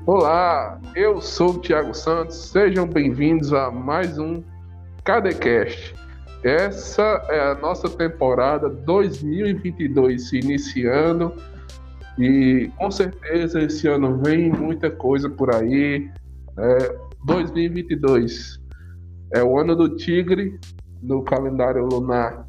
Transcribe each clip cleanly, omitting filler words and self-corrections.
Olá, eu sou o Thiago Santos, sejam bem-vindos a mais um KDCast. Essa é a nossa temporada 2022 se iniciando e com certeza esse ano vem muita coisa por aí. 2022 é o ano do tigre no calendário lunar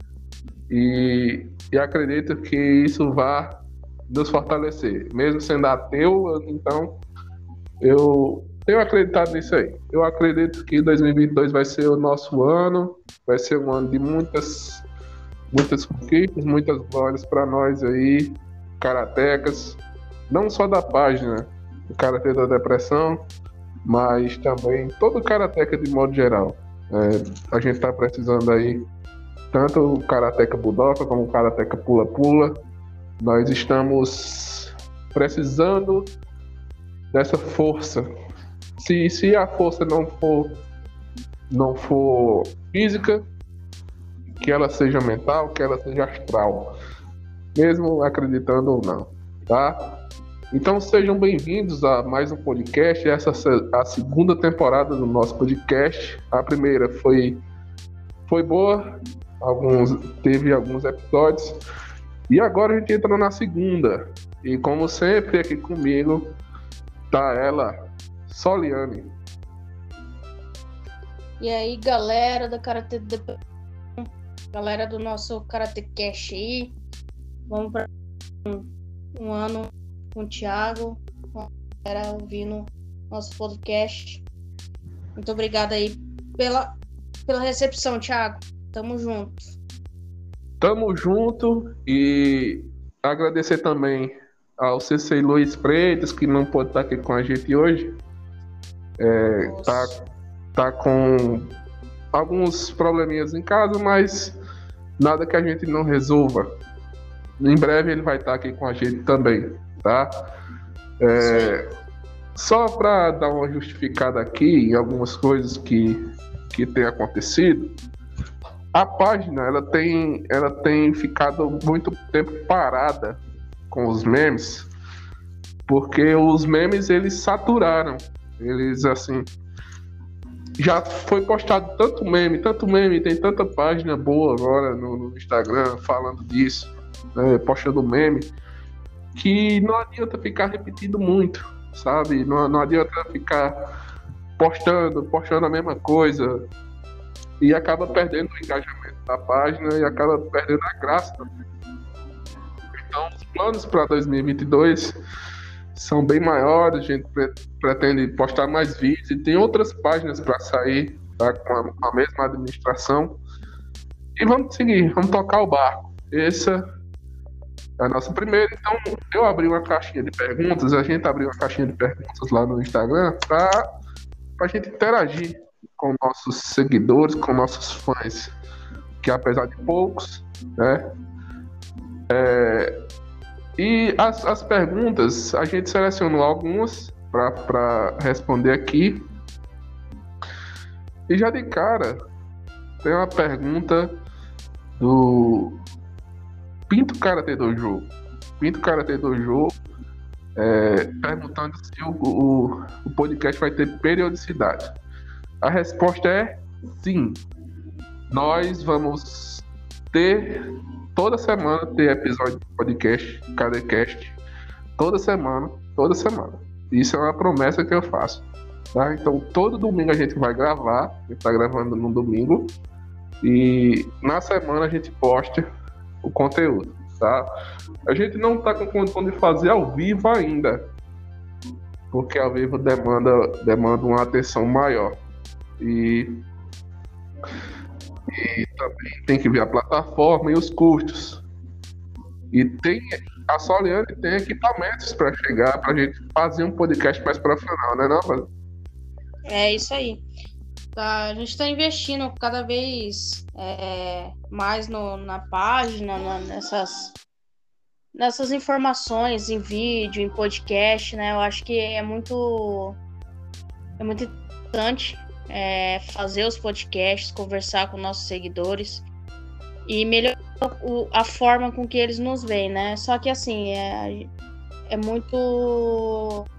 e acredito que isso vai nos fortalecer. Mesmo sendo ateu, então eu tenho acreditado nisso aí. Eu acredito que 2022 vai ser o nosso ano, vai ser um ano de muitas conquistas, muitas glórias para nós aí, karatecas, não só da página do Karatê da Depressão, mas também todo karateca de modo geral. A gente está precisando aí, tanto o karateca budoka como o karateca pula-pula. Nós estamos precisando dessa força. Se a força não for física, que ela seja mental, que ela seja astral, mesmo acreditando ou não, tá? Então sejam bem-vindos a mais um podcast. Essa é a segunda temporada do nosso podcast. A primeira foi boa, teve alguns episódios, e agora a gente entra na segunda. E como sempre, aqui comigo tá ela, Soliane. E aí, galera da Karatê da Depressão, galera do nosso Karate Cash aí, vamos para um ano com o Thiago, com a galera ouvindo nosso podcast. Muito obrigada aí pela recepção, Thiago. Tamo junto e agradecer também ao CC Luiz Freitas, que não pode estar aqui com a gente hoje. Tá com alguns probleminhas em casa, mas nada que a gente não resolva. Em breve ele vai estar aqui com a gente também, tá? Só para dar uma justificada aqui em algumas coisas que tem acontecido, a página ela tem ficado muito tempo parada com os memes, porque os memes eles saturaram. Eles assim, já foi postado tanto meme, tem tanta página boa agora no Instagram falando disso, né, postando meme, que não adianta ficar repetindo muito, sabe? Não adianta ficar postando a mesma coisa, e acaba perdendo o engajamento da página e acaba perdendo a graça também. Então, os planos para 2022 são bem maiores. A gente pretende postar mais vídeos e tem outras páginas para sair, tá, com a mesma administração. E vamos seguir, vamos tocar o barco. Essa é a nossa primeira. Então, eu abri uma caixinha de perguntas, a gente abriu uma caixinha de perguntas lá no Instagram para a gente interagir com nossos seguidores, com nossos fãs, que apesar de poucos, né? E as perguntas, a gente selecionou algumas para responder aqui. E já de cara, tem uma pergunta do Pinto Karatê Dojo. Pinto Karatê Dojo perguntando se o podcast vai ter periodicidade. A resposta é sim. Nós vamos ter toda semana episódio de podcast, KDCast, toda semana. Isso é uma promessa que eu faço, tá? Então todo domingo a gente vai gravar, a gente tá gravando no domingo, e na semana a gente posta o conteúdo, tá? A gente não tá com condição de fazer ao vivo ainda, porque ao vivo demanda uma atenção maior. E também tem que ver a plataforma e os custos. E a Soliane tem equipamentos para chegar, para a gente fazer um podcast mais profissional, né, não? É isso aí. A gente está investindo cada vez mais na página, nessas informações em vídeo, em podcast, né? Eu acho que é muito importante fazer os podcasts, conversar com nossos seguidores e melhorar a forma com que eles nos veem, né? Só que assim, é muito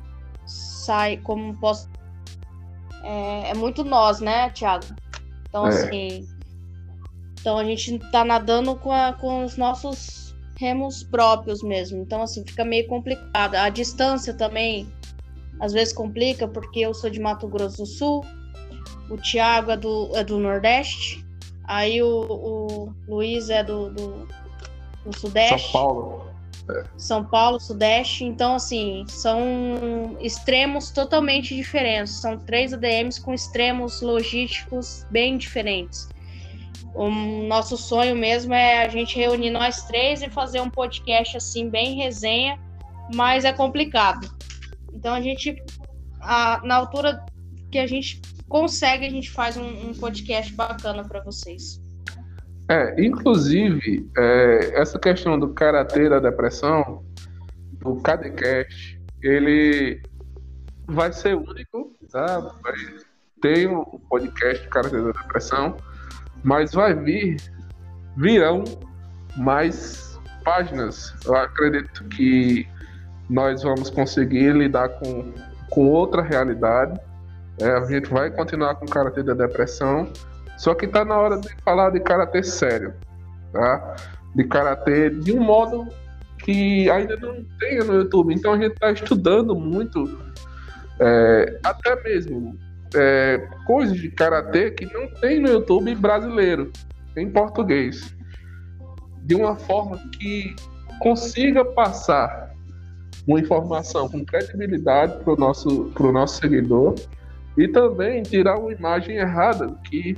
sai, como posso... É muito nós, né, Thiago? Então, assim... Então, a gente tá nadando com os nossos remos próprios mesmo. Então, assim, fica meio complicado. A distância também, às vezes, complica, porque eu sou de Mato Grosso do Sul, o Thiago é do Nordeste, aí o Luiz é do Sudeste. São Paulo. São Paulo, Sudeste. Então, assim, são extremos totalmente diferentes. São 3 ADMs com extremos logísticos bem diferentes. O nosso sonho mesmo é a gente reunir nós 3 e fazer um podcast assim, bem resenha, mas é complicado. Então a gente, na altura que a gente consegue, a gente faz um podcast bacana para vocês. Inclusive, essa questão do Karatê da Depressão, o KDCast, ele vai ser único, tá? Tem um podcast do Karatê da Depressão, mas virão mais páginas. Eu acredito que nós vamos conseguir lidar com outra realidade. A gente vai continuar com o Karatê da Depressão, só que está na hora de falar de Karatê sério, tá? De Karatê de um modo que ainda não tem no YouTube. Então a gente está estudando muito, até mesmo coisas de Karatê que não tem no YouTube brasileiro, em português, de uma forma que consiga passar uma informação com credibilidade para o nosso seguidor e também tirar uma imagem errada que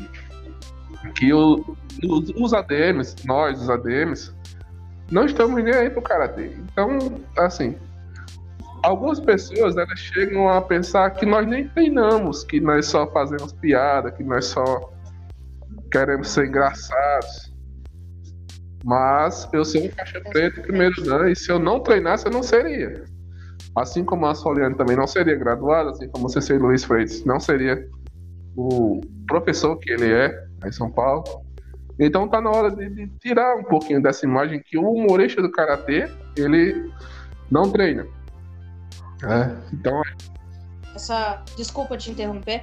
os ADMs, nós, os ADMs, não estamos nem aí pro Karatê. Então, assim, algumas pessoas, elas chegam a pensar que nós nem treinamos, que nós só fazemos piada, que nós só queremos ser engraçados. Mas eu sou um faixa preta em primeiro dan, e se eu não treinasse, eu não seria. Assim como a Soliane também não seria graduada, assim como o CC Luiz Freitas não seria o professor que ele é em São Paulo. Então tá na hora de tirar um pouquinho dessa imagem que o humorista do Karatê, ele não treina. Então... Desculpa te interromper.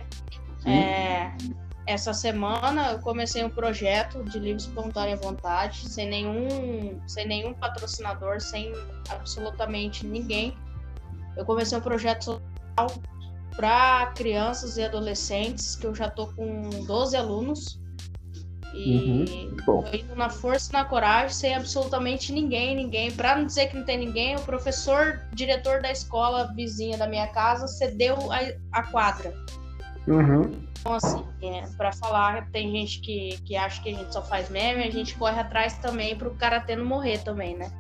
Essa semana eu comecei um projeto de livre espontânea vontade, sem nenhum patrocinador, sem absolutamente ninguém. Eu comecei um projeto social para crianças e adolescentes, que eu já tô com 12 alunos. E tô indo na força e na coragem, sem absolutamente ninguém. Para não dizer que não tem ninguém, o professor, diretor da escola vizinha da minha casa, cedeu a quadra. Então, assim, para falar, tem gente que acha que a gente só faz meme, a gente corre atrás também pro Karatê não morrer também, né?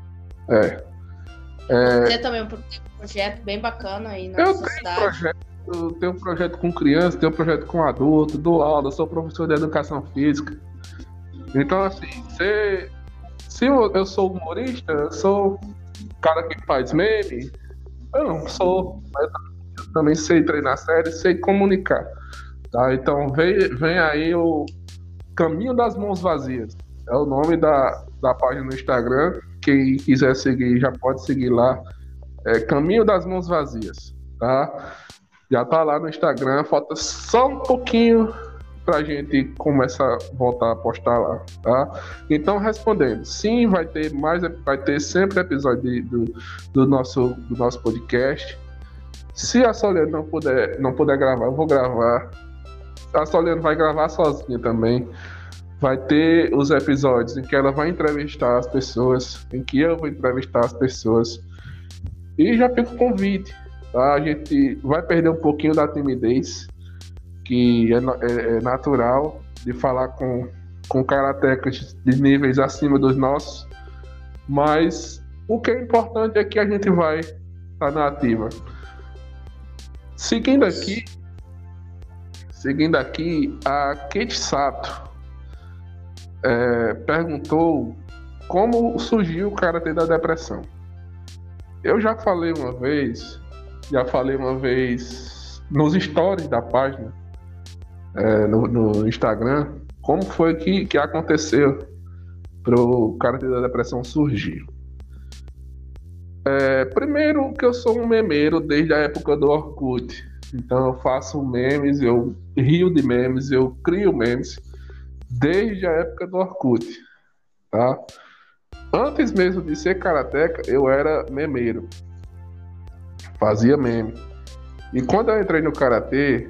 Você também tem um projeto bem bacana aí na nossa cidade. Eu tenho um projeto com criança, tenho um projeto com adulto, dou aula, sou professor de educação física. Então, assim, se eu sou humorista, eu sou cara que faz meme, eu não sou, mas eu também sei treinar sério, sei comunicar. Tá? Então, vem aí o Caminho das Mãos Vazias. É o nome da página no Instagram. Quem quiser seguir, já pode seguir lá. Caminho das Mãos Vazias. Tá? Já tá lá no Instagram. Falta só um pouquinho pra gente começar a voltar a postar lá. Tá? Então, respondendo. Sim, vai ter sempre episódio do nosso podcast. Se a Soliane não puder gravar, eu vou gravar. A Soliane vai gravar sozinha também. Vai ter os episódios em que ela vai entrevistar as pessoas, em que eu vou entrevistar as pessoas. E já fica o convite. Tá? A gente vai perder um pouquinho da timidez, que é natural, de falar com karatecas de níveis acima dos nossos. Mas o que é importante é que a gente vai estar na ativa. Seguindo aqui, a Kate Sato perguntou como surgiu o Karatê da Depressão. Eu já falei uma vez nos stories da página, no Instagram, como foi que aconteceu para o Karatê da Depressão surgir. Primeiro que eu sou um memeiro desde a época do Orkut. Então eu faço memes, eu rio de memes, eu crio memes desde a época do Orkut, tá? Antes mesmo de ser karateca, eu era memeiro. Fazia meme. E quando eu entrei no karatê,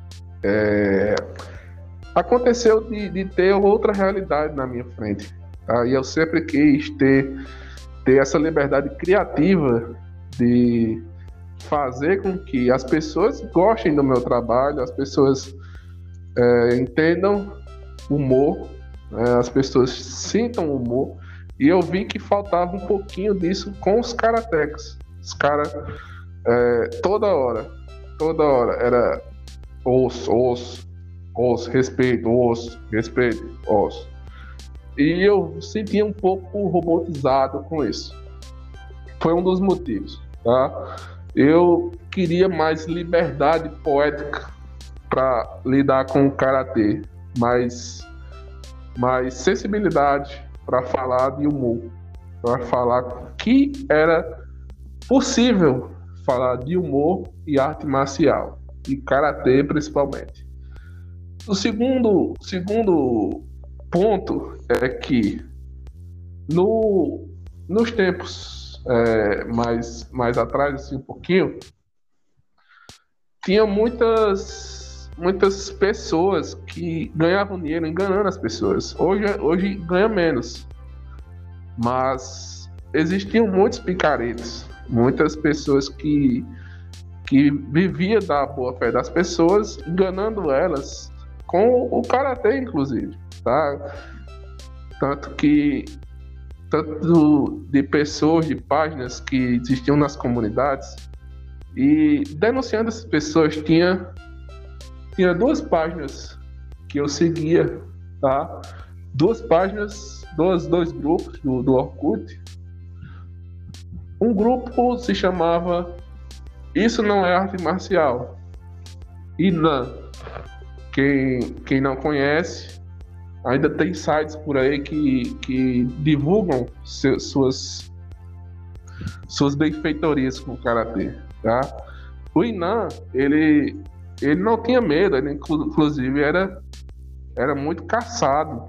aconteceu de ter outra realidade na minha frente. Tá? E eu sempre quis ter essa liberdade criativa de fazer com que as pessoas gostem do meu trabalho, as pessoas entendam humor, as pessoas sintam humor. E eu vi que faltava um pouquinho disso com os karatecas. Os caras, toda hora, era osso, respeito, osso. E eu sentia um pouco robotizado com isso. Foi um dos motivos, tá? Eu queria mais liberdade poética para lidar com o karatê, mais sensibilidade para falar de humor, para falar que era possível falar de humor e arte marcial, e karatê principalmente. O segundo ponto é que nos tempos mais atrás, assim, um pouquinho, tinha muitas pessoas que ganhavam dinheiro enganando as pessoas. Hoje ganha menos, mas existiam muitos picaretas, muitas pessoas que viviam da boa fé das pessoas, enganando elas com o karatê, inclusive, tá? Tanto de pessoas, de páginas que existiam nas comunidades, e denunciando essas pessoas, tinha 2 páginas que eu seguia, tá? 2 páginas, dois grupos do Orkut. Um grupo se chamava Isso Não É Arte Marcial. INAM. Quem não conhece, ainda tem sites por aí que divulgam suas benfeitorias com o karatê, tá? O INAM, ele não tinha medo, ele inclusive era muito caçado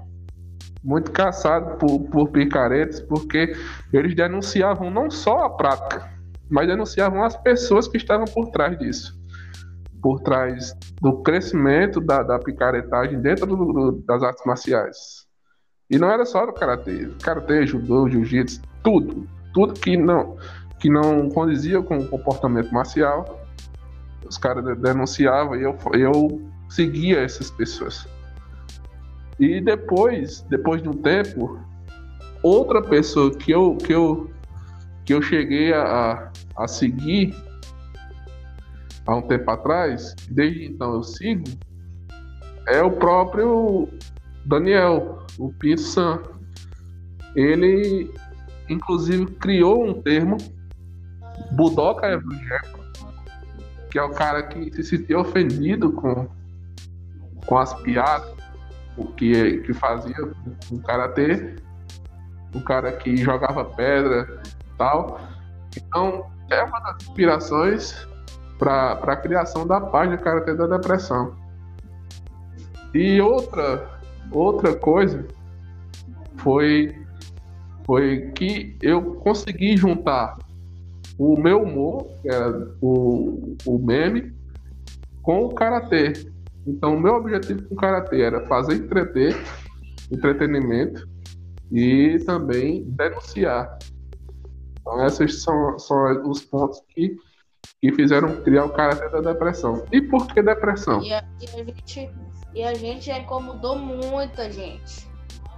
por picaretas, porque eles denunciavam não só a prática, mas denunciavam as pessoas que estavam por trás disso, por trás do crescimento da picaretagem dentro das artes marciais. E não era só do karatê, judô, jiu-jitsu, tudo que não condizia com o comportamento marcial, os caras denunciavam, e eu seguia essas pessoas. E depois de um tempo, outra pessoa que eu cheguei a seguir há um tempo atrás, desde então eu sigo, é o próprio Daniel, o Pinto San. Ele, inclusive, criou um termo, Budoka evangélico, que é o cara que se sentia ofendido com as piadas que fazia o karatê, o cara que jogava pedra e tal. Então, é uma das inspirações para a criação da página Karatê da Depressão. E outra coisa foi que eu consegui juntar o meu humor, que era o meme, com o karatê. Então, o meu objetivo com o karatê era fazer entretenimento e também denunciar. Então, esses são os pontos que fizeram criar o karatê da depressão. E por que depressão? E a gente já incomodou muita gente.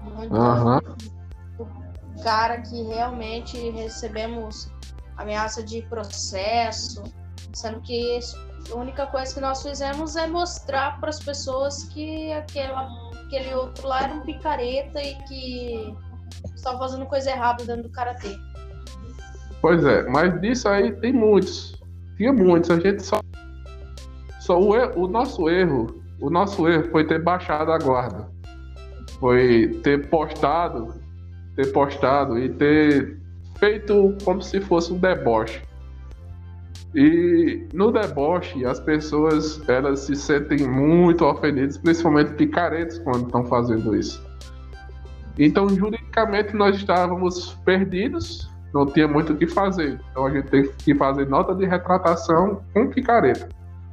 Cara, que realmente recebemos ameaça de processo, sendo que a única coisa que nós fizemos é mostrar para as pessoas que aquele outro lá era um picareta e que estava fazendo coisa errada dentro do karatê. Pois é, mas disso aí tem muitos. Tinha muitos, a gente só o nosso erro foi ter baixado a guarda. Foi ter postado e ter feito como se fosse um deboche. E no deboche, as pessoas elas se sentem muito ofendidas, principalmente picaretas, quando estão fazendo isso. Então, juridicamente, nós estávamos perdidos, não tinha muito o que fazer. Então, a gente teve que fazer nota de retratação com picareta.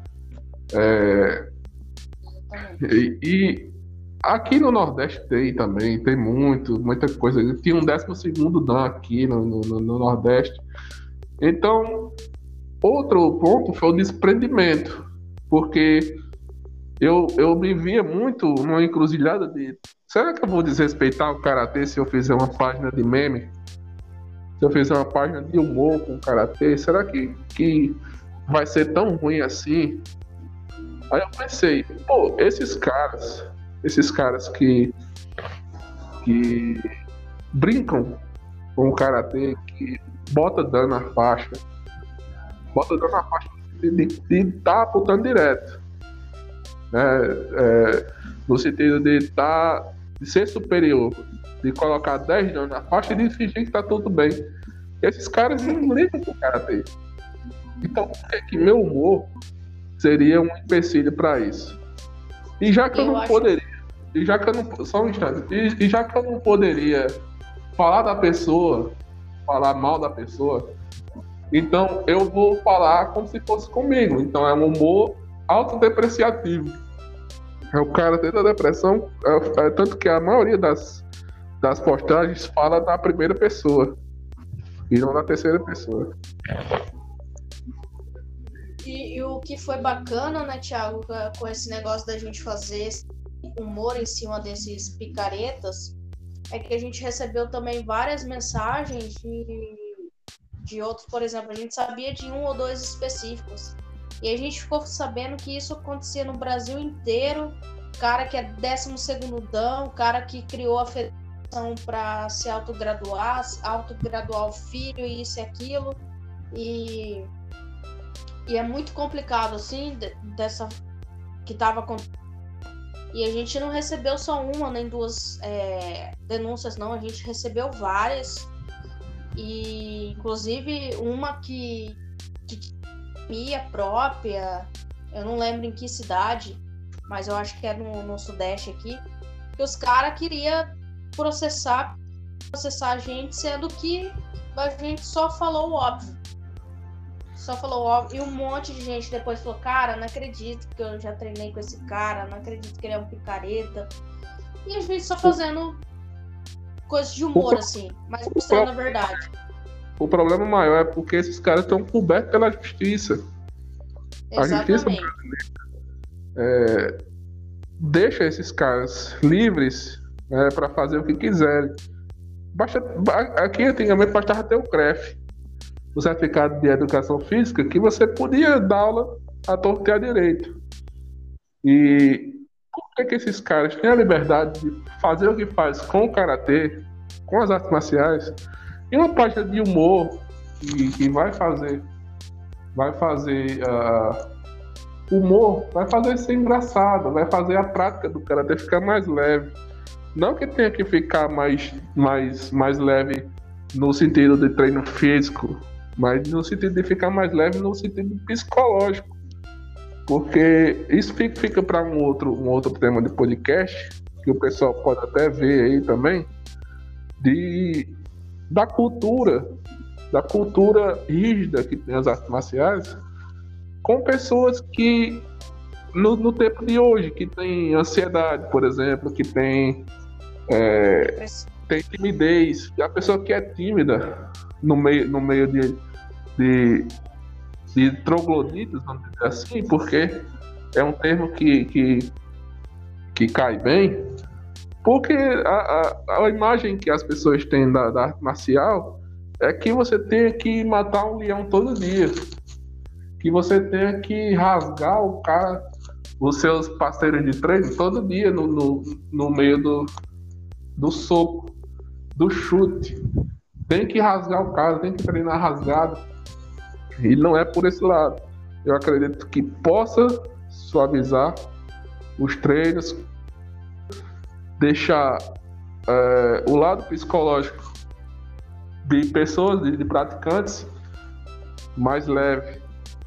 E aqui no Nordeste tem muita coisa. Tinha um 12º Dan aqui no Nordeste. Então, outro ponto foi o desprendimento, porque eu me via muito numa encruzilhada de: será que eu vou desrespeitar o karatê se eu fizer uma página de meme? Se eu fizer uma página de humor com o karatê, será que vai ser tão ruim assim? Aí eu pensei, pô, esses caras que brincam com o karatê, que bota dano na faixa de estar apontando direto, né? No sentido de ser superior, de colocar 10 dano na faixa e de fingir que tá tudo bem. E esses caras não lidam com o karatê. Então, por que meu humor seria um empecilho para isso? E já que eu não poderia, só um instante, e já que eu não poderia falar mal da pessoa, então eu vou falar como se fosse comigo. Então é um humor autodepreciativo. O cara tem a depressão, tanto que a maioria das postagens fala da primeira pessoa e não da terceira pessoa. E o que foi bacana, né, Thiago, com esse negócio da gente fazer humor em cima desses picaretas, é que a gente recebeu também várias mensagens de outros. Por exemplo, a gente sabia de 1 ou 2 específicos, e a gente ficou sabendo que isso acontecia no Brasil inteiro. O cara que é 12º Dan, o cara que criou a federação para se autograduar o filho, e isso e aquilo, e é muito complicado, assim, dessa que estava acontecendo. E a gente não recebeu só 1 nem 2 denúncias, não. A gente recebeu várias. E, inclusive, uma que tinha própria, eu não lembro em que cidade, mas eu acho que é no Sudeste aqui, que os caras queriam processar a gente, sendo que a gente só falou o óbvio. E um monte de gente depois falou: cara, não acredito que eu já treinei com esse cara, não acredito que ele é um picareta. E a gente só fazendo coisas de humor, assim, mas mostrando a verdade. O problema maior é porque esses caras estão cobertos pela justiça. Exatamente. A justiça brasileira deixa esses caras livres para fazer o que quiserem. Aqui antigamente bastava ter o CREF, o certificado de educação física, que você podia dar aula à torta e à direito. E por que esses caras têm a liberdade de fazer o que faz com o karatê, com as artes marciais, e uma página de humor que vai fazer humor, vai fazer ser engraçado, vai fazer a prática do karatê ficar mais leve. Não que tenha que ficar mais leve no sentido de treino físico, mas no sentido de ficar mais leve no sentido psicológico. Porque isso fica para um outro tema de podcast, que o pessoal pode até ver aí também, da cultura rígida que tem as artes marciais, com pessoas que no tempo de hoje, que tem ansiedade, por exemplo, que tem timidez. A pessoa que é tímida no meio de trogloditas, vamos dizer assim, porque é um termo que cai bem, porque a imagem que as pessoas têm da arte marcial é que você tem que matar um leão todo dia, que você tem que rasgar os seus parceiros de treino todo dia no meio do soco, do chute. Tem que rasgar o cara, tem que treinar rasgado. E não é por esse lado. Eu acredito que possa suavizar os treinos, deixar o lado psicológico de pessoas, de praticantes mais leve.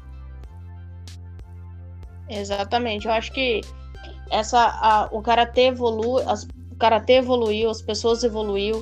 Exatamente. Eu acho que o karatê evoluiu, as pessoas evoluiu.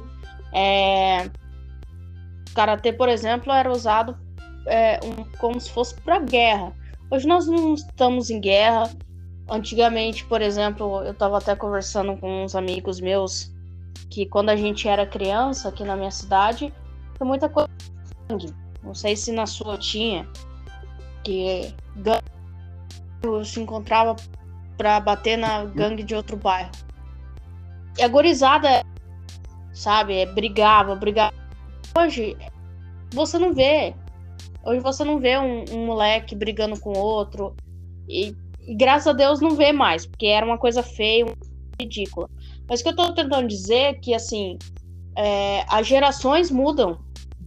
O karatê, por exemplo, era usado como se fosse para guerra. Hoje nós não estamos em guerra. Antigamente, por exemplo, eu estava até conversando com uns amigos meus que quando a gente era criança aqui na minha cidade, tem muita coisa. Não sei se na sua tinha, que gangue se encontrava para bater na gangue de outro bairro. E a gurizada, sabe, brigava. Hoje você não vê. Hoje você não vê um moleque brigando com outro. E graças a Deus não vê mais, porque era uma coisa feia, ridícula. Mas o que eu tô tentando dizer é que, assim, as gerações mudam.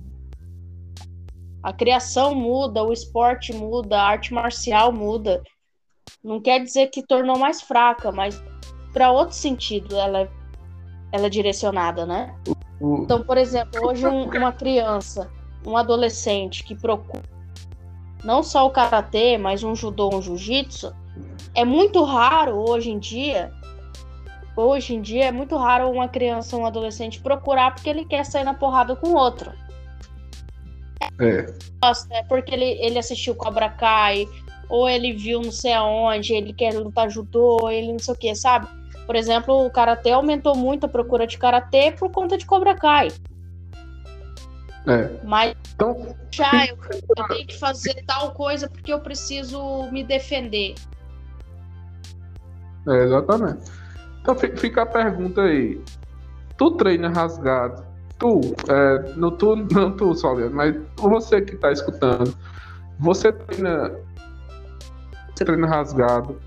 A criação muda, o esporte muda, a arte marcial muda. Não quer dizer que tornou mais fraca, mas para outro sentido ela é direcionada, né? Então, por exemplo, hoje uma criança, um adolescente que procura não só o karatê, mas um judô, um jiu-jitsu, é muito raro hoje em dia é muito raro uma criança, um adolescente procurar porque ele quer sair na porrada com outro. É porque ele assistiu Cobra Kai, ou ele viu não sei aonde, ele quer lutar judô, ele não sei o que, sabe? Por exemplo, o karatê aumentou muito a procura de karatê por conta de Cobra Kai. Mas então, eu tenho que fazer tal coisa porque eu preciso me defender. Exatamente. Então fica a pergunta aí. Tu treina rasgado? Não tu, Soliano, mas você que tá escutando, você treina rasgado?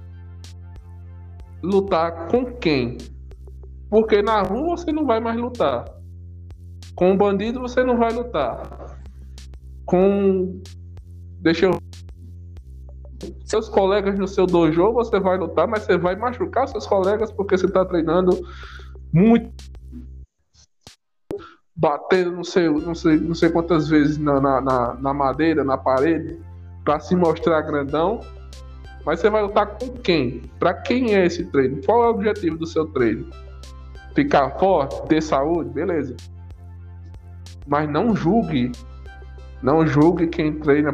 Lutar com quem? Porque na rua você não vai mais lutar. Com o bandido você não vai lutar. Seus colegas no seu dojo você vai lutar, mas você vai machucar seus colegas porque você está treinando muito, batendo não sei quantas vezes na madeira, na parede, para se mostrar grandão. Mas você vai lutar com quem? Para quem é esse treino? Qual é o objetivo do seu treino? Ficar forte, ter saúde? Beleza. Mas não julgue quem treina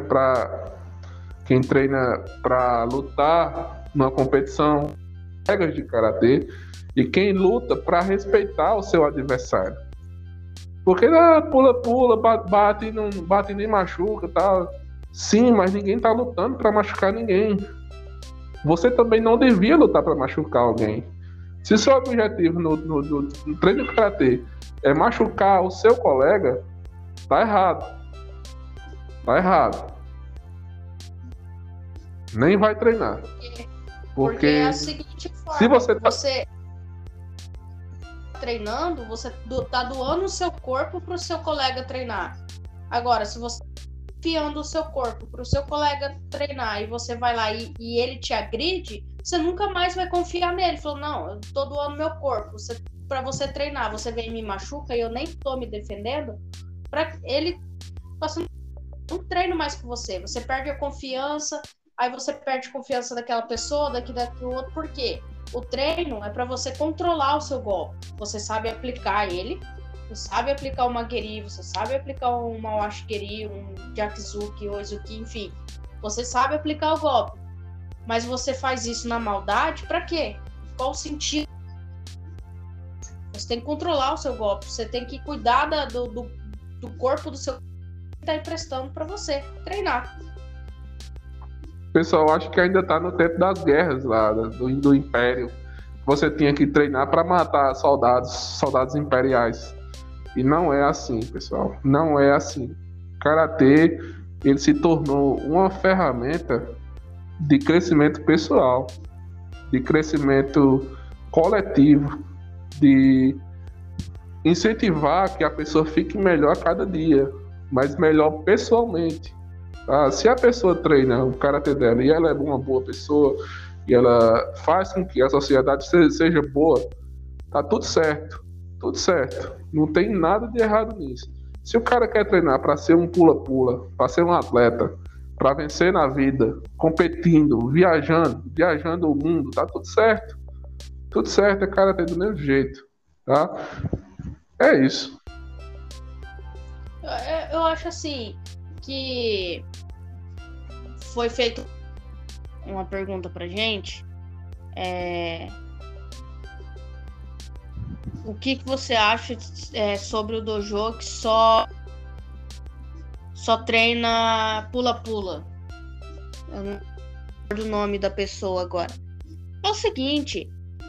para lutar numa competição, regras de karatê, e quem luta para respeitar o seu adversário. Porque pula, bate e nem machuca, tá? Sim, mas ninguém tá lutando para machucar ninguém. Você também não devia lutar para machucar alguém. Se seu objetivo no treino de karatê é machucar o seu colega, tá errado. Nem vai treinar. Porque é a seguinte forma, se você treinando, você tá doando o seu corpo pro seu colega treinar. Agora, se você enfiando o seu corpo pro seu colega treinar e você vai lá e ele te agride, você nunca mais vai confiar nele. Falou, não, eu tô doando meu corpo pra você treinar, você vem e me machuca e eu nem tô me defendendo, pra ele passando um treino mais com você. Você perde a confiança, aí você perde a confiança daquela pessoa, daqui outro. Por quê? O treino é para você controlar o seu golpe. Você sabe aplicar ele, você sabe aplicar uma Geri, você sabe aplicar uma Washigeri, um Jakizuki, Oizuki, enfim. Você sabe aplicar o golpe. Mas você faz isso na maldade, para quê? Qual o sentido? Você tem que controlar o seu golpe, você tem que cuidar do corpo do seu que tá emprestando para você treinar. Pessoal, acho que ainda tá no tempo das guerras lá, do Império. Você tinha que treinar para matar soldados imperiais. E não é assim, pessoal. Não é assim. O karatê, ele se tornou uma ferramenta de crescimento pessoal, de crescimento coletivo, de incentivar que a pessoa fique melhor a cada dia, mas melhor pessoalmente. Se a pessoa treina o karatê dela e ela é uma boa pessoa e ela faz com que a sociedade seja boa, tá tudo certo, não tem nada de errado nisso. Se o cara quer treinar para ser um pula-pula, para ser um atleta, para vencer na vida, competindo, viajando o mundo, tá tudo certo. Tudo certo, é karatê do mesmo jeito, tá? É isso. Eu acho assim que foi feito uma pergunta pra gente. O que você acha sobre o dojo que só treina pula-pula? Eu não lembro o nome da pessoa agora. É o seguinte,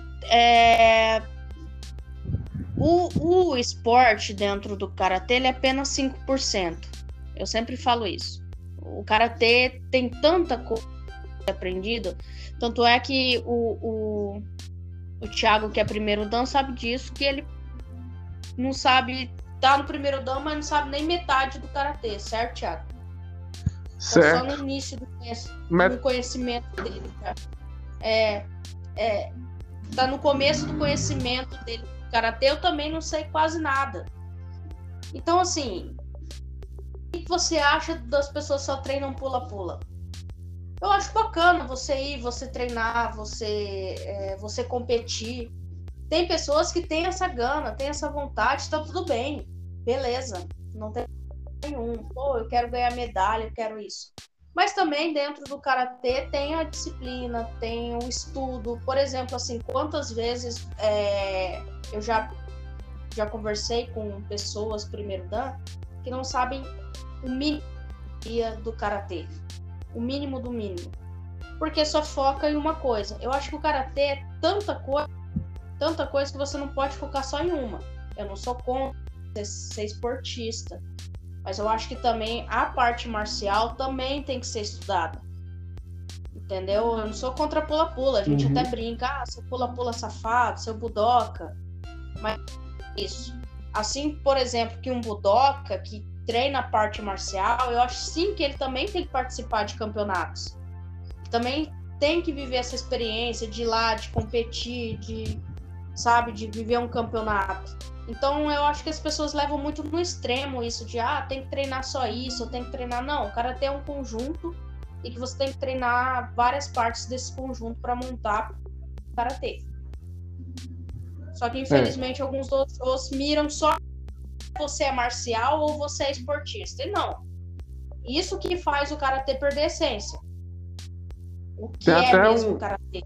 o esporte dentro do karatê ele é apenas 5%. Eu sempre falo isso. O karatê tem tanta coisa aprendido, tanto é que o Thiago, que é primeiro dan, sabe disso, que ele não sabe, tá no primeiro dan, mas não sabe nem metade do karatê, certo, Thiago? Certo. Tá só no início do conhecimento dele, cara. Tá no começo do conhecimento dele do karatê, eu também não sei quase nada. Então, assim, o que você acha das pessoas que só treinam pula-pula? Eu acho bacana você ir, você treinar, você competir. Tem pessoas que têm essa gana, têm essa vontade, tá tudo bem. Beleza, não tem nenhum. Pô, eu quero ganhar medalha, eu quero isso. Mas também dentro do karatê tem a disciplina, tem o estudo. Por exemplo, assim, quantas vezes eu já conversei com pessoas primeiro dan que não sabem o mínimo do karatê. O mínimo do mínimo. Porque só foca em uma coisa. Eu acho que o karatê é tanta coisa que você não pode focar só em uma. Eu não sou contra ser esportista, mas eu acho que também a parte marcial também tem que ser estudada. Entendeu? Eu não sou contra pula-pula. A gente até brinca, seu pula-pula safado, seu budoca. Mas isso. Assim, por exemplo, que um budoca que treina a parte marcial, eu acho sim que ele também tem que participar de campeonatos. Também tem que viver essa experiência de ir lá, de competir, de viver um campeonato. Então eu acho que as pessoas levam muito no extremo isso de tem que treinar só isso, eu tenho que treinar. Não, o karatê é um conjunto e que você tem que treinar várias partes desse conjunto para montar o karatê. Só que infelizmente alguns dojos miram só você é marcial ou você é esportista. E não. Isso que faz o karatê perder a essência. O que é mesmo o karatê?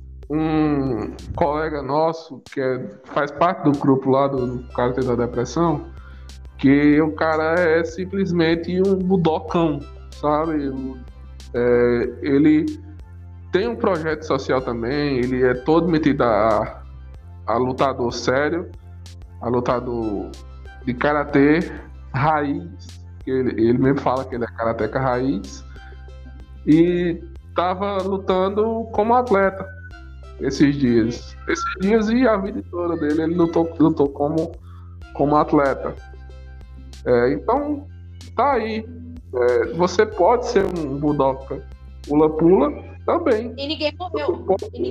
Um colega nosso que faz parte do grupo lá do Karatê da Depressão, que o cara é simplesmente um budocão, sabe? Ele tem um projeto social também, ele é todo metido a lutador sério, a lutador de karatê raiz, ele mesmo fala que ele é karateca raiz, e tava lutando como atleta esses dias e a vida toda dele ele lutou como atleta. Então tá aí, você pode ser um budoca pula-pula também. E ninguém morreu.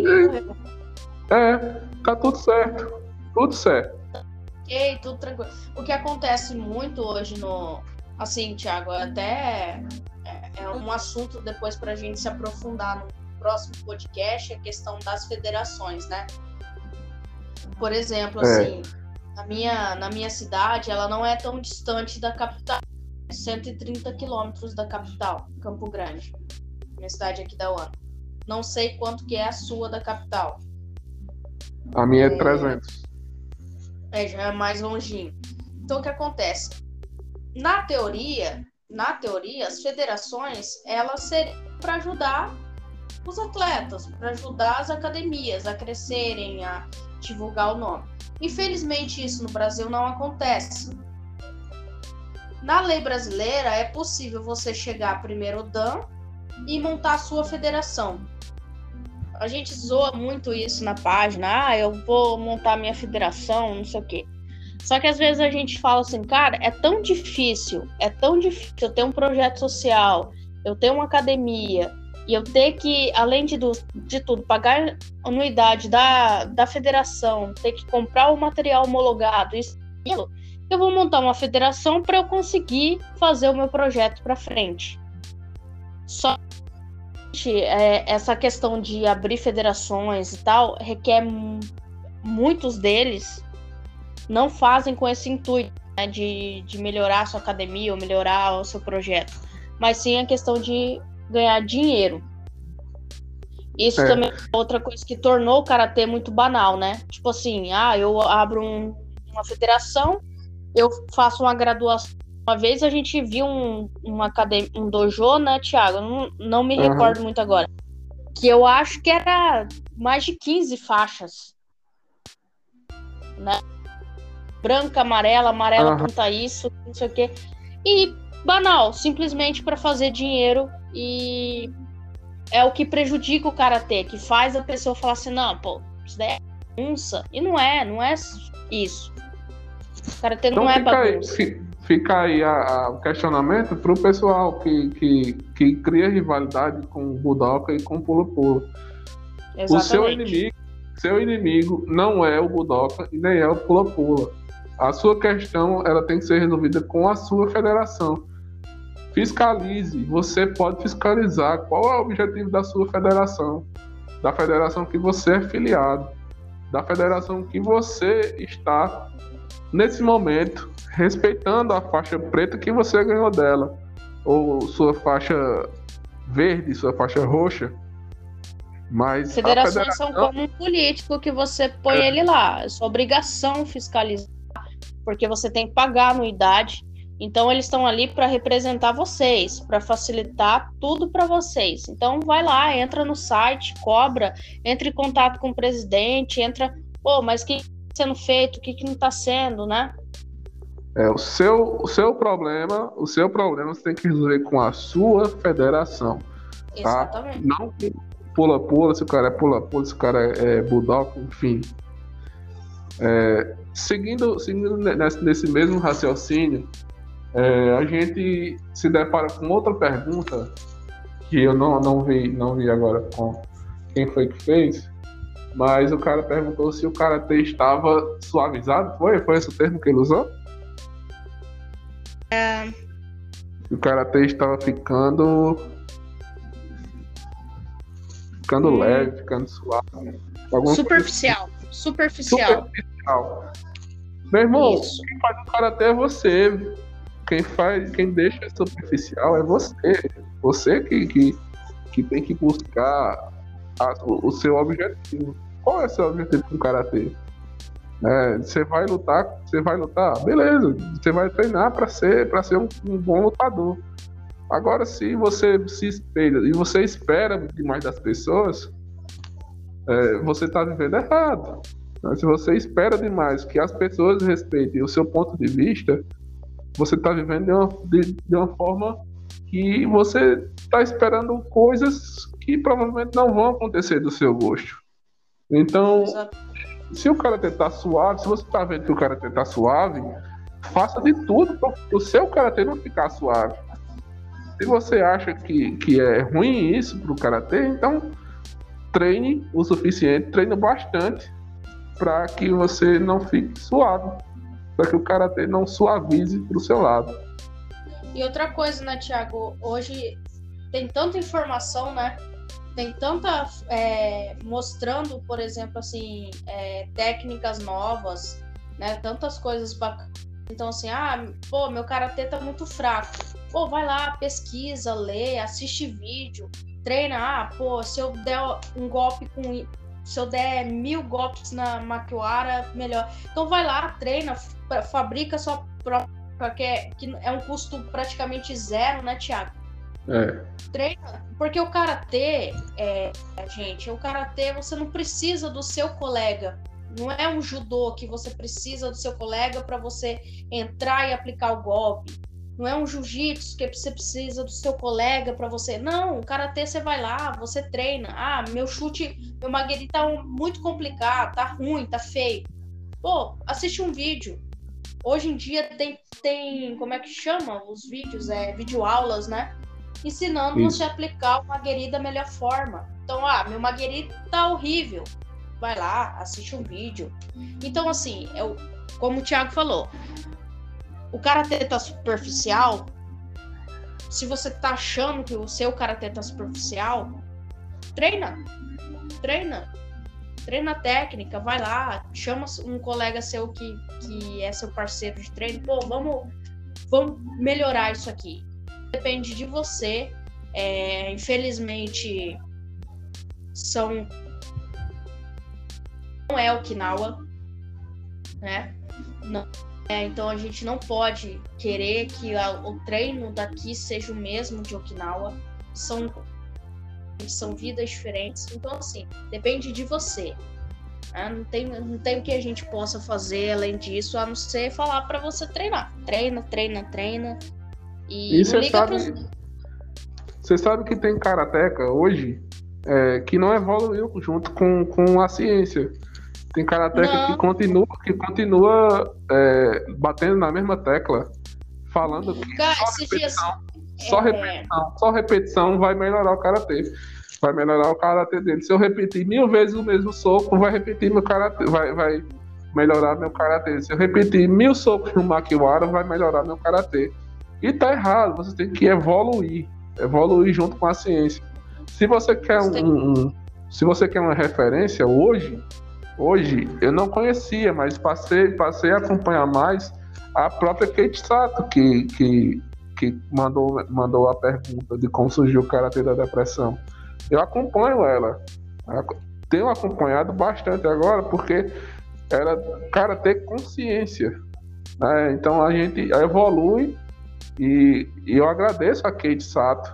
Tá tudo certo. Ok, tudo tranquilo. O que acontece muito hoje assim, Thiago, até é um assunto depois pra gente se aprofundar no próximo podcast, a questão das federações, né? Por exemplo, assim, na minha cidade, ela não é tão distante da capital, 130 quilômetros da capital, Campo Grande, minha cidade aqui da UAN. Não sei quanto que é a sua da capital. A minha é 300. Já é mais longinho. Então, o que acontece? Na teoria, as federações, elas seriam para ajudar os atletas, para ajudar as academias a crescerem, a divulgar o nome. Infelizmente, isso no Brasil não acontece. Na lei brasileira, é possível você chegar primeiro dan e montar a sua federação. A gente zoa muito isso na página, eu vou montar minha federação, não sei o quê. Só que às vezes a gente fala assim, cara, é tão difícil eu ter um projeto social, eu ter uma academia, e eu ter que, além de tudo, pagar anuidade da federação, ter que comprar o material homologado, isso, eu vou montar uma federação para eu conseguir fazer o meu projeto para frente. Só que essa questão de abrir federações e tal requer, muitos deles não fazem com esse intuito, né, de melhorar a sua academia ou melhorar o seu projeto, mas sim a questão de ganhar dinheiro. Isso também é outra coisa que tornou o karatê muito banal, né? Tipo assim, eu abro uma federação, eu faço uma graduação. Uma vez a gente viu um dojo, né, Thiago? Eu não me recordo muito agora. Que eu acho que era mais de 15 faixas. Né? Branca, amarela aponta isso, não sei o quê. E banal, simplesmente para fazer dinheiro, e é o que prejudica o karatê, que faz a pessoa falar assim, não, pô, isso daí é bagunça. E não é isso. O karatê então não é bagunça. Fica aí o questionamento pro pessoal que cria rivalidade com o Budoka e com o Pula-Pula. O seu inimigo não é o Budoka e nem é o Pula-Pula. A sua questão, ela tem que ser resolvida com a sua federação. Fiscalize. Você pode fiscalizar qual é o objetivo da sua federação, da federação que você é filiado, da federação que você está nesse momento, respeitando a faixa preta que você ganhou dela, ou sua faixa verde, sua faixa roxa. Mas federações são como um político que você põe ele lá. É sua obrigação fiscalizar, porque você tem que pagar anuidade. Então eles estão ali para representar vocês, para facilitar tudo para vocês. Então vai lá, entra no site, cobra, entra em contato com o presidente, mas o que está sendo feito, o que não está sendo, né? O seu problema você tem que resolver com a sua federação. Tá? Exatamente. Não pula-pula, se o cara é pula-pula, se o cara é budoka, enfim. Seguindo nesse mesmo raciocínio, a gente se depara com outra pergunta que eu não vi agora com quem foi que fez, mas o cara perguntou se o karatê estava suavizado. Foi esse o termo que ele usou? O karatê estava ficando leve, ficando suave. Superficial. Meu irmão, quem faz o karatê é você. Quem deixa superficial é você. Você que tem que buscar o seu objetivo. Qual é o seu objetivo com o karatê? Você vai lutar, beleza. Você vai treinar para ser um bom lutador. Agora, se você se espelha e você espera demais das pessoas, você está vivendo errado. Se você espera demais que as pessoas respeitem o seu ponto de vista, você está vivendo de uma forma que você está esperando coisas que provavelmente não vão acontecer do seu gosto. Então, se o karatê está suave, se você está vendo que o karatê está suave, faça de tudo para o seu karatê não ficar suave. Se você acha que é ruim isso para o karatê, então treine o suficiente, treine bastante para que você não fique suave, para que o karatê não suavize para o seu lado. E outra coisa, né, Thiago? Hoje tem tanta informação, né? Tem tanta... mostrando, por exemplo, assim, técnicas novas, né? Tantas coisas bacanas. Então, assim, meu karatê tá muito fraco. Vai lá, pesquisa, lê, assiste vídeo, treina. Se eu der um golpe se eu der 1000 golpes na Makiwara, melhor. Então vai lá, treina, fabrica sua própria, que é um custo praticamente zero, né, Thiago? Treina, porque o karatê, gente, o karatê você não precisa do seu colega. Não é um judô que você precisa do seu colega para você entrar e aplicar o golpe. Não é um jiu-jitsu que você precisa do seu colega para você. Não, o karatê você vai lá, você treina. Meu chute, meu magueri tá muito complicado, tá ruim, tá feio. Assiste um vídeo. Hoje em dia tem como é que chama os vídeos? Videoaulas, né? Ensinando você a aplicar o magueri da melhor forma. Então, meu magueri tá horrível. Vai lá, assiste um vídeo. Então, assim, como o Thiago falou, o karatê tá superficial, se você tá achando que o seu karatê tá superficial, treina a técnica, vai lá, chama um colega seu que é seu parceiro de treino, pô, vamos melhorar isso aqui. Depende de você. Infelizmente, não é Okinawa, né? Não, então a gente não pode querer que o treino daqui seja o mesmo de Okinawa. São vidas diferentes. Então, assim, depende de você. Né? Não tem o que a gente possa fazer além disso, a não ser falar para você treinar. Treina. E você sabe que tem karateca hoje que não evoluiu junto com a ciência. Tem karateca que continua batendo na mesma tecla, falando que só repetição vai melhorar o karatê. Vai melhorar o karatê dele. Se eu repetir 1000 vezes o mesmo soco, vai repetir meu karatê, vai melhorar meu karatê. Se eu repetir 1000 socos no makiwara, vai melhorar meu karatê. E tá errado, você tem que evoluir junto com a ciência. Se você quer se você quer uma referência hoje eu não conhecia, mas passei a acompanhar mais a própria Kate Sato, que mandou a pergunta de como surgiu o karatê da depressão. Eu acompanho ela. Tenho acompanhado bastante agora, porque ela karatê consciência, né? Então a gente evolui e eu agradeço a Kate Sato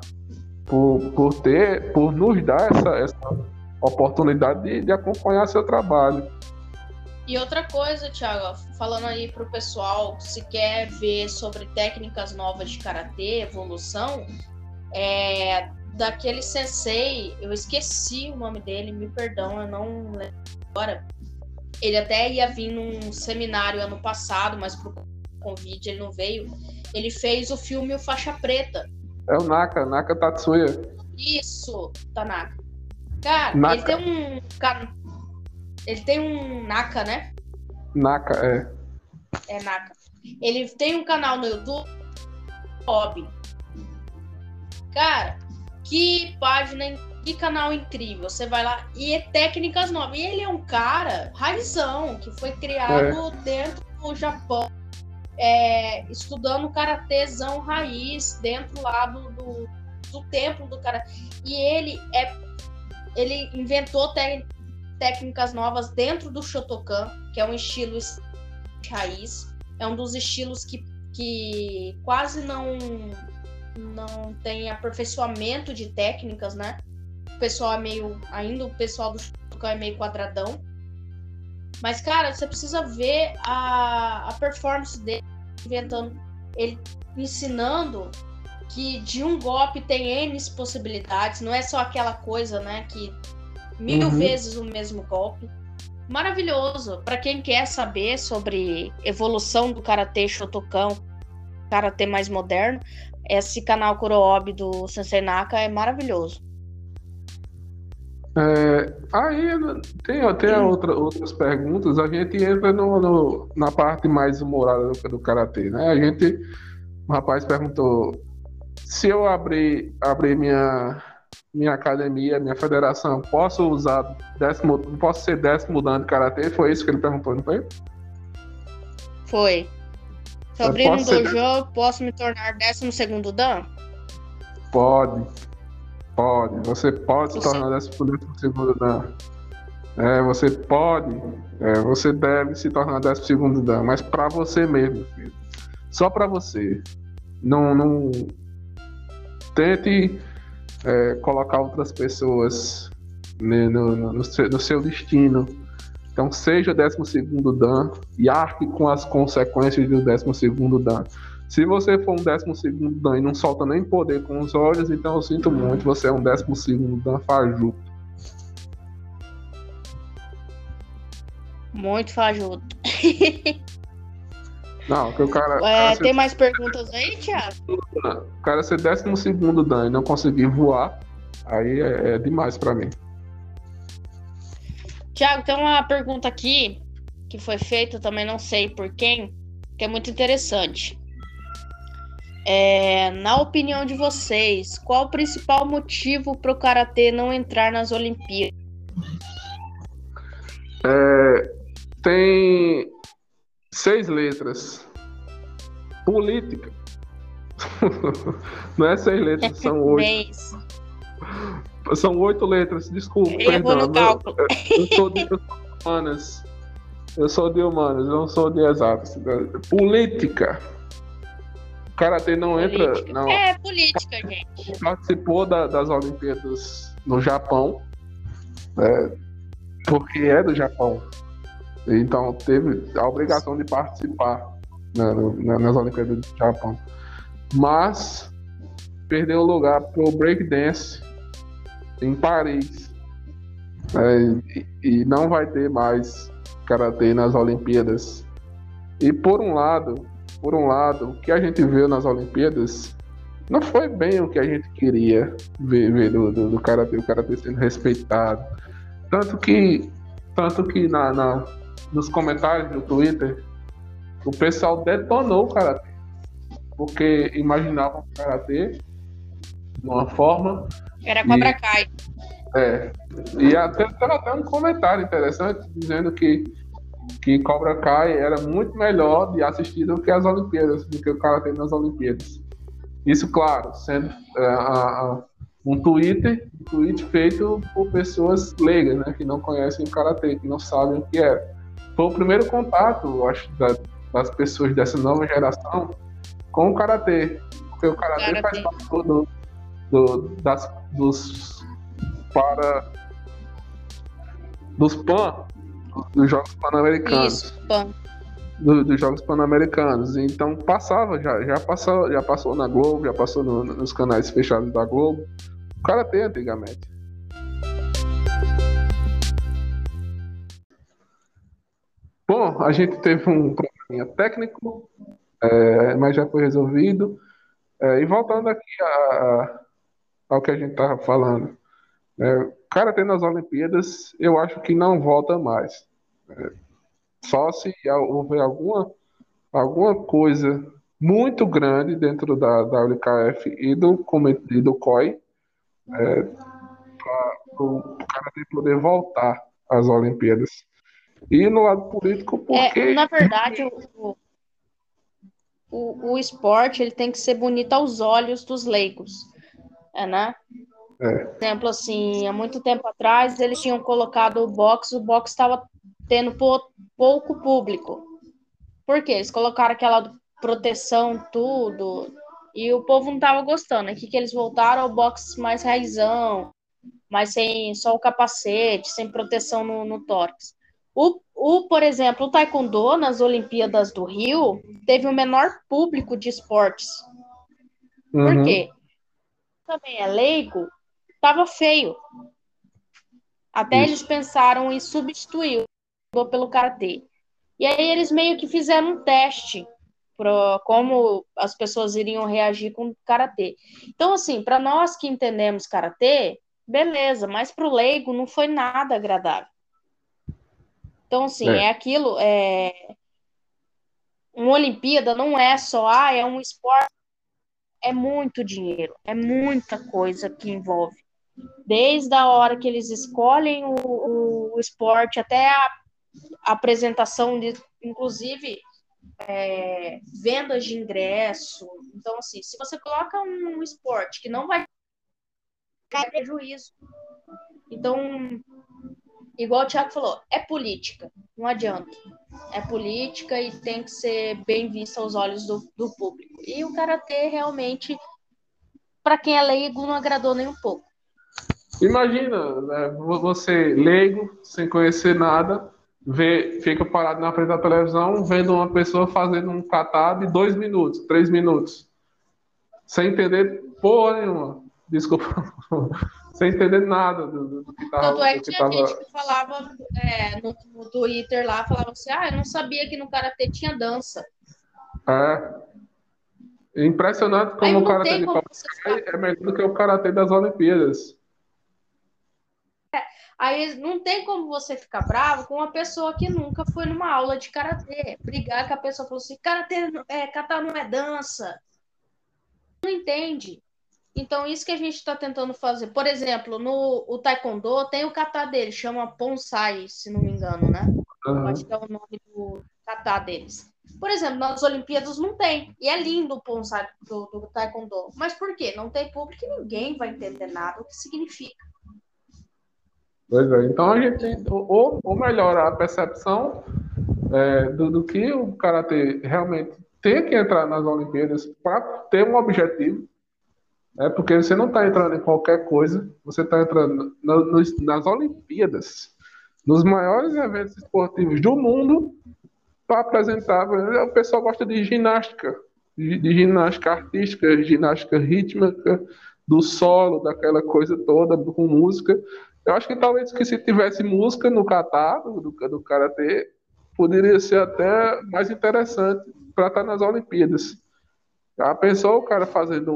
por nos dar essa oportunidade de acompanhar seu trabalho. E outra coisa, Thiago, falando aí pro pessoal, se quer ver sobre técnicas novas de karatê, evolução, daquele sensei, eu esqueci o nome dele, me perdão, eu não lembro agora. Ele até ia vir num seminário ano passado, mas por convite ele não veio. Ele fez o filme O Faixa Preta. É o Naka Tatsuya. Isso, Tanaka. Cara, Naka. Ele tem um Naka, né? Naka, É Naka. Ele tem um canal no YouTube, Hobby. Cara, que página, que canal incrível. Você vai lá e é técnicas novas. E ele é um cara raizão, que foi criado dentro do Japão, estudando karatezão raiz, dentro lá do templo do karatê. E ele inventou técnicas novas dentro do Shotokan, que é um estilo raiz. É um dos estilos que quase não tem aperfeiçoamento de técnicas, né? O pessoal o pessoal do Shotokan é meio quadradão. Mas, cara, você precisa ver a performance dele, ele ensinando que de um golpe tem N possibilidades, não é só aquela coisa, né, que 1000 vezes o mesmo golpe. Maravilhoso. Para quem quer saber sobre evolução do karatê Shotokan, karatê mais moderno, esse canal Kurohobby do Sensei Naka é maravilhoso. Aí tem outras perguntas. A gente entra na parte mais humorada do karatê, né? O rapaz perguntou: se eu abrir minha academia, minha federação, posso ser 10º dan de karatê? Foi isso que ele perguntou, não foi? Foi. Se eu abrir um dojo, posso me tornar 12º dan? Pode. Você pode se tornar 12º dan. Você pode. Você deve se tornar 12º dan, mas para você mesmo, filho. Só para você. Não tente colocar outras pessoas no seu destino. Então seja 12º dan e arque com as consequências do 12º dan. Se você for um 12º dan e não solta nem poder com os olhos, então eu sinto muito, você é um 12º dan fajuto. Muito fajuto. Não, que o cara tem mais perguntas aí, Thiago? O cara ser 12º dan e não conseguir voar, aí é demais pra mim. Thiago, tem uma pergunta aqui que foi feita, também não sei por quem, que é muito interessante. Na opinião de vocês, qual o principal motivo para o karatê não entrar nas Olimpíadas? Tem 6 letras. Política. Não é 6 letras, são 8. São 8 letras, desculpa, perdão. No cálculo. Eu sou de humanas. Eu sou de humanas, não sou de exatas. Política. O karatê não entra. Não. É política, gente. Participou das Olimpíadas no Japão, porque é do Japão. Então teve a obrigação de participar nas Olimpíadas do Japão. Mas perdeu o lugar pro breakdance em Paris. E não vai ter mais karatê nas Olimpíadas. E por um lado, o que a gente viu nas Olimpíadas não foi bem o que a gente queria ver do karatê, o karatê sendo respeitado. Tanto que nos comentários do Twitter, o pessoal detonou o karatê, porque imaginavam o karatê de uma forma... Era Cobra Kai. E teve até um comentário interessante dizendo que Cobra Kai era muito melhor de assistir do que as Olimpíadas, do que o karatê nas Olimpíadas. Isso, claro, sendo um tweet feito por pessoas leigas, né, que não conhecem o karatê, que não sabem o que é. Foi o primeiro contato, eu acho, das pessoas dessa nova geração com o karatê, porque o karatê faz parte dos Jogos Pan-Americanos. Isso, PAN. Dos Jogos Pan-Americanos. Então já passou na Globo, já passou nos canais fechados da Globo. O karatê antigamente. Bom, a gente teve um probleminha técnico, mas já foi resolvido. E voltando aqui ao que a gente estava falando. O karatê nas Olimpíadas, eu acho que não volta mais. Só se houver alguma coisa muito grande dentro da WKF e do COI para o karatê poder voltar às Olimpíadas. E no lado político, porque... na verdade, o esporte ele tem que ser bonito aos olhos dos leigos, né? Por exemplo, assim, há muito tempo atrás eles tinham colocado o boxe estava tendo pouco público. Por quê? Eles colocaram aquela proteção, tudo, e o povo não estava gostando. Aqui que eles voltaram ao boxe mais raizão, mas sem só o capacete, sem proteção no tórax. Por exemplo, o Taekwondo, nas Olimpíadas do Rio, teve o menor público de esportes. Por quê? Também é leigo, estava feio. Até eles pensaram em substituir pelo karatê. E aí eles meio que fizeram um teste para como as pessoas iriam reagir com o karatê. Então, assim, para nós que entendemos karatê, beleza, mas para o leigo não foi nada agradável. Então, assim, é aquilo, uma Olimpíada não é só, é um esporte, é muito dinheiro, é muita coisa que envolve. Desde a hora que eles escolhem o esporte até a apresentação, inclusive vendas de ingresso. Então, assim, se você coloca um esporte que não vai ter prejuízo. Então, igual o Thiago falou, é política, não adianta. É política e tem que ser bem vista aos olhos do público. E o karatê realmente, para quem é leigo, não agradou nem um pouco. Imagina, né, você leigo, sem conhecer nada, fica parado na frente da televisão, vendo uma pessoa fazendo um kata de 2 minutos, 3 minutos, sem entender porra nenhuma. Desculpa. Sem entender nada do que estava. Tanto é que tinha gente que falava no Twitter lá, falava assim, eu não sabia que no karatê tinha dança. Impressionante como o karatê de Cobra Kai é melhor do que o karatê das Olimpíadas. Aí não tem como você ficar bravo com uma pessoa que nunca foi numa aula de karatê. Brigar que a pessoa falou assim, karatê, kata não é dança. não entende. Então, isso que a gente está tentando fazer. Por exemplo, o Taekwondo tem o kata dele, chama Ponsai, se não me engano, né? Eu acho que é o nome do kata deles. Por exemplo, nas Olimpíadas não tem. E é lindo o Ponsai do Taekwondo. Mas por quê? Não tem público e ninguém vai entender nada o que significa. Pois é, então a gente ou melhora a percepção do que o karatê realmente tem que entrar nas Olimpíadas para ter um objetivo. Porque você não está entrando em qualquer coisa, você está entrando nas Olimpíadas, nos maiores eventos esportivos do mundo, para apresentar. O pessoal gosta de ginástica, de ginástica artística, ginástica rítmica, do solo, daquela coisa toda, com música. Eu acho que talvez que se tivesse música no kata, do karatê, poderia ser até mais interessante para estar nas Olimpíadas. A pessoa, o cara fazendo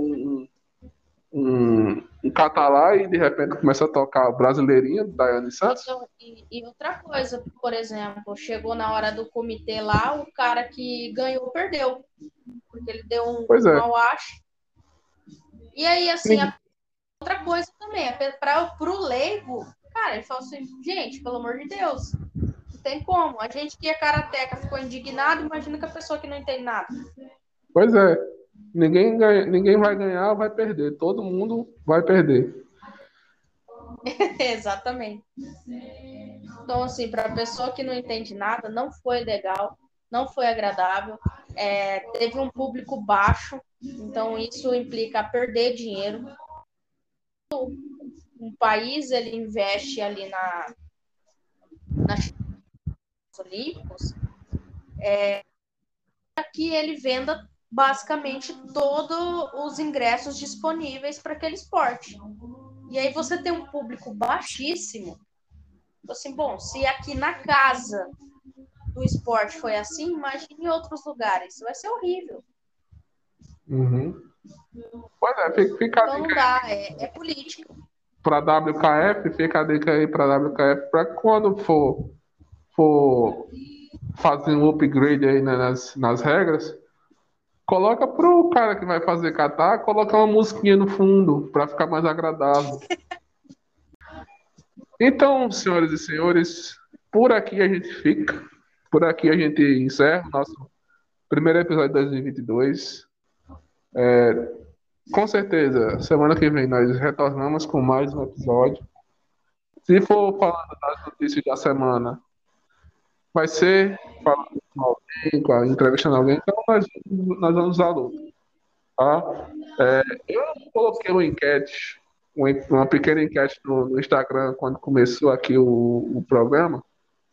um kata lá e de repente começa a tocar Brasileirinha, Daiane Santos. Então, e outra coisa, por exemplo, chegou na hora do comitê lá, o cara que ganhou perdeu, porque ele deu um mau-acho. E aí, assim, outra coisa também, pro leigo, cara, ele falou assim, gente, pelo amor de Deus, não tem como. A gente que é karateca ficou indignado, imagina que a pessoa que não entende nada. Pois é. Ninguém vai ganhar ou vai perder. Todo mundo vai perder. Exatamente. Então, assim, para a pessoa que não entende nada, não foi legal, não foi agradável. Teve um público baixo, então isso implica perder dinheiro. Um país, ele investe ali nas Olímpicos, que ele venda basicamente todos os ingressos disponíveis para aquele esporte. E aí você tem um público baixíssimo. Assim, bom, se aqui na casa do esporte foi assim, imagine em outros lugares. Vai ser horrível. Uhum. Pois fica então não dá, é política. Para a WKF, fica a dica aí para a WKF, para quando for fazer um upgrade aí nas regras, coloca pro cara que vai fazer kata, coloca uma musiquinha no fundo para ficar mais agradável. Então, senhoras e senhores, por aqui a gente fica. Por aqui a gente encerra o nosso primeiro episódio de 2022. Com certeza, semana que vem nós retornamos com mais um episódio. Se for falando das notícias da semana, vai ser falando com alguém, entrevistando alguém, então nós vamos usar a luta. Tá? Eu coloquei uma pequena enquete no Instagram quando começou aqui o programa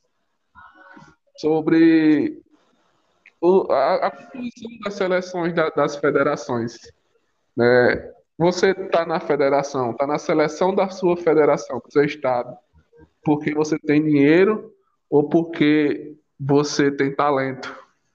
sobre a composição das seleções das federações. Né? Você está na federação, está na seleção da sua federação, do seu estado, porque você tem dinheiro ou porque você tem talento.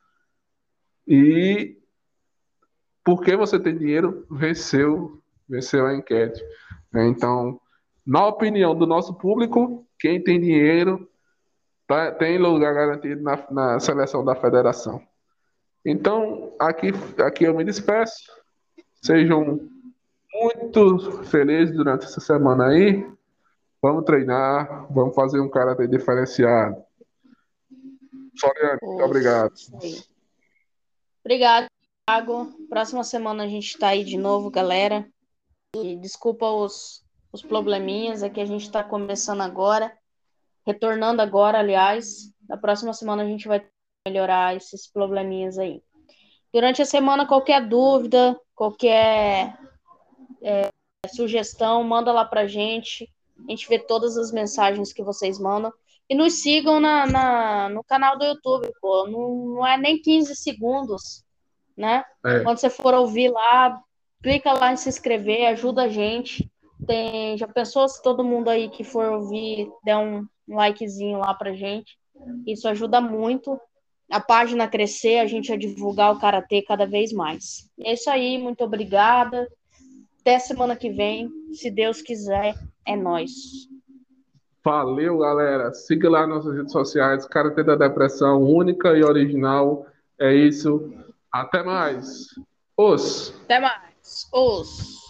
E porque você tem dinheiro, venceu a enquete. Então, na opinião do nosso público, quem tem dinheiro tem lugar garantido na seleção da federação. Então, aqui eu me despeço. Sejam muito felizes durante essa semana aí. Vamos treinar, vamos fazer um karatê diferenciado. Floriane, muito obrigado. Obrigado, Thiago. Próxima semana a gente tá aí de novo, galera. E desculpa os probleminhas, é que a gente tá começando agora, retornando agora, aliás. Na próxima semana a gente vai melhorar esses probleminhas aí. Durante a semana, qualquer dúvida, qualquer sugestão, manda lá pra gente. A gente vê todas as mensagens que vocês mandam. E nos sigam no canal do YouTube, pô. Não é nem 15 segundos, né? Quando você for ouvir lá, clica lá em se inscrever, ajuda a gente. Já pensou se todo mundo aí que for ouvir der um likezinho lá pra gente? Isso ajuda muito a página a crescer, a gente a divulgar o karatê cada vez mais. É isso aí, muito obrigada. Até semana que vem, se Deus quiser, é nóis. Valeu, galera. Siga lá nas nossas redes sociais, Karatê da Depressão, única e original. É isso. Até mais. Até mais. Os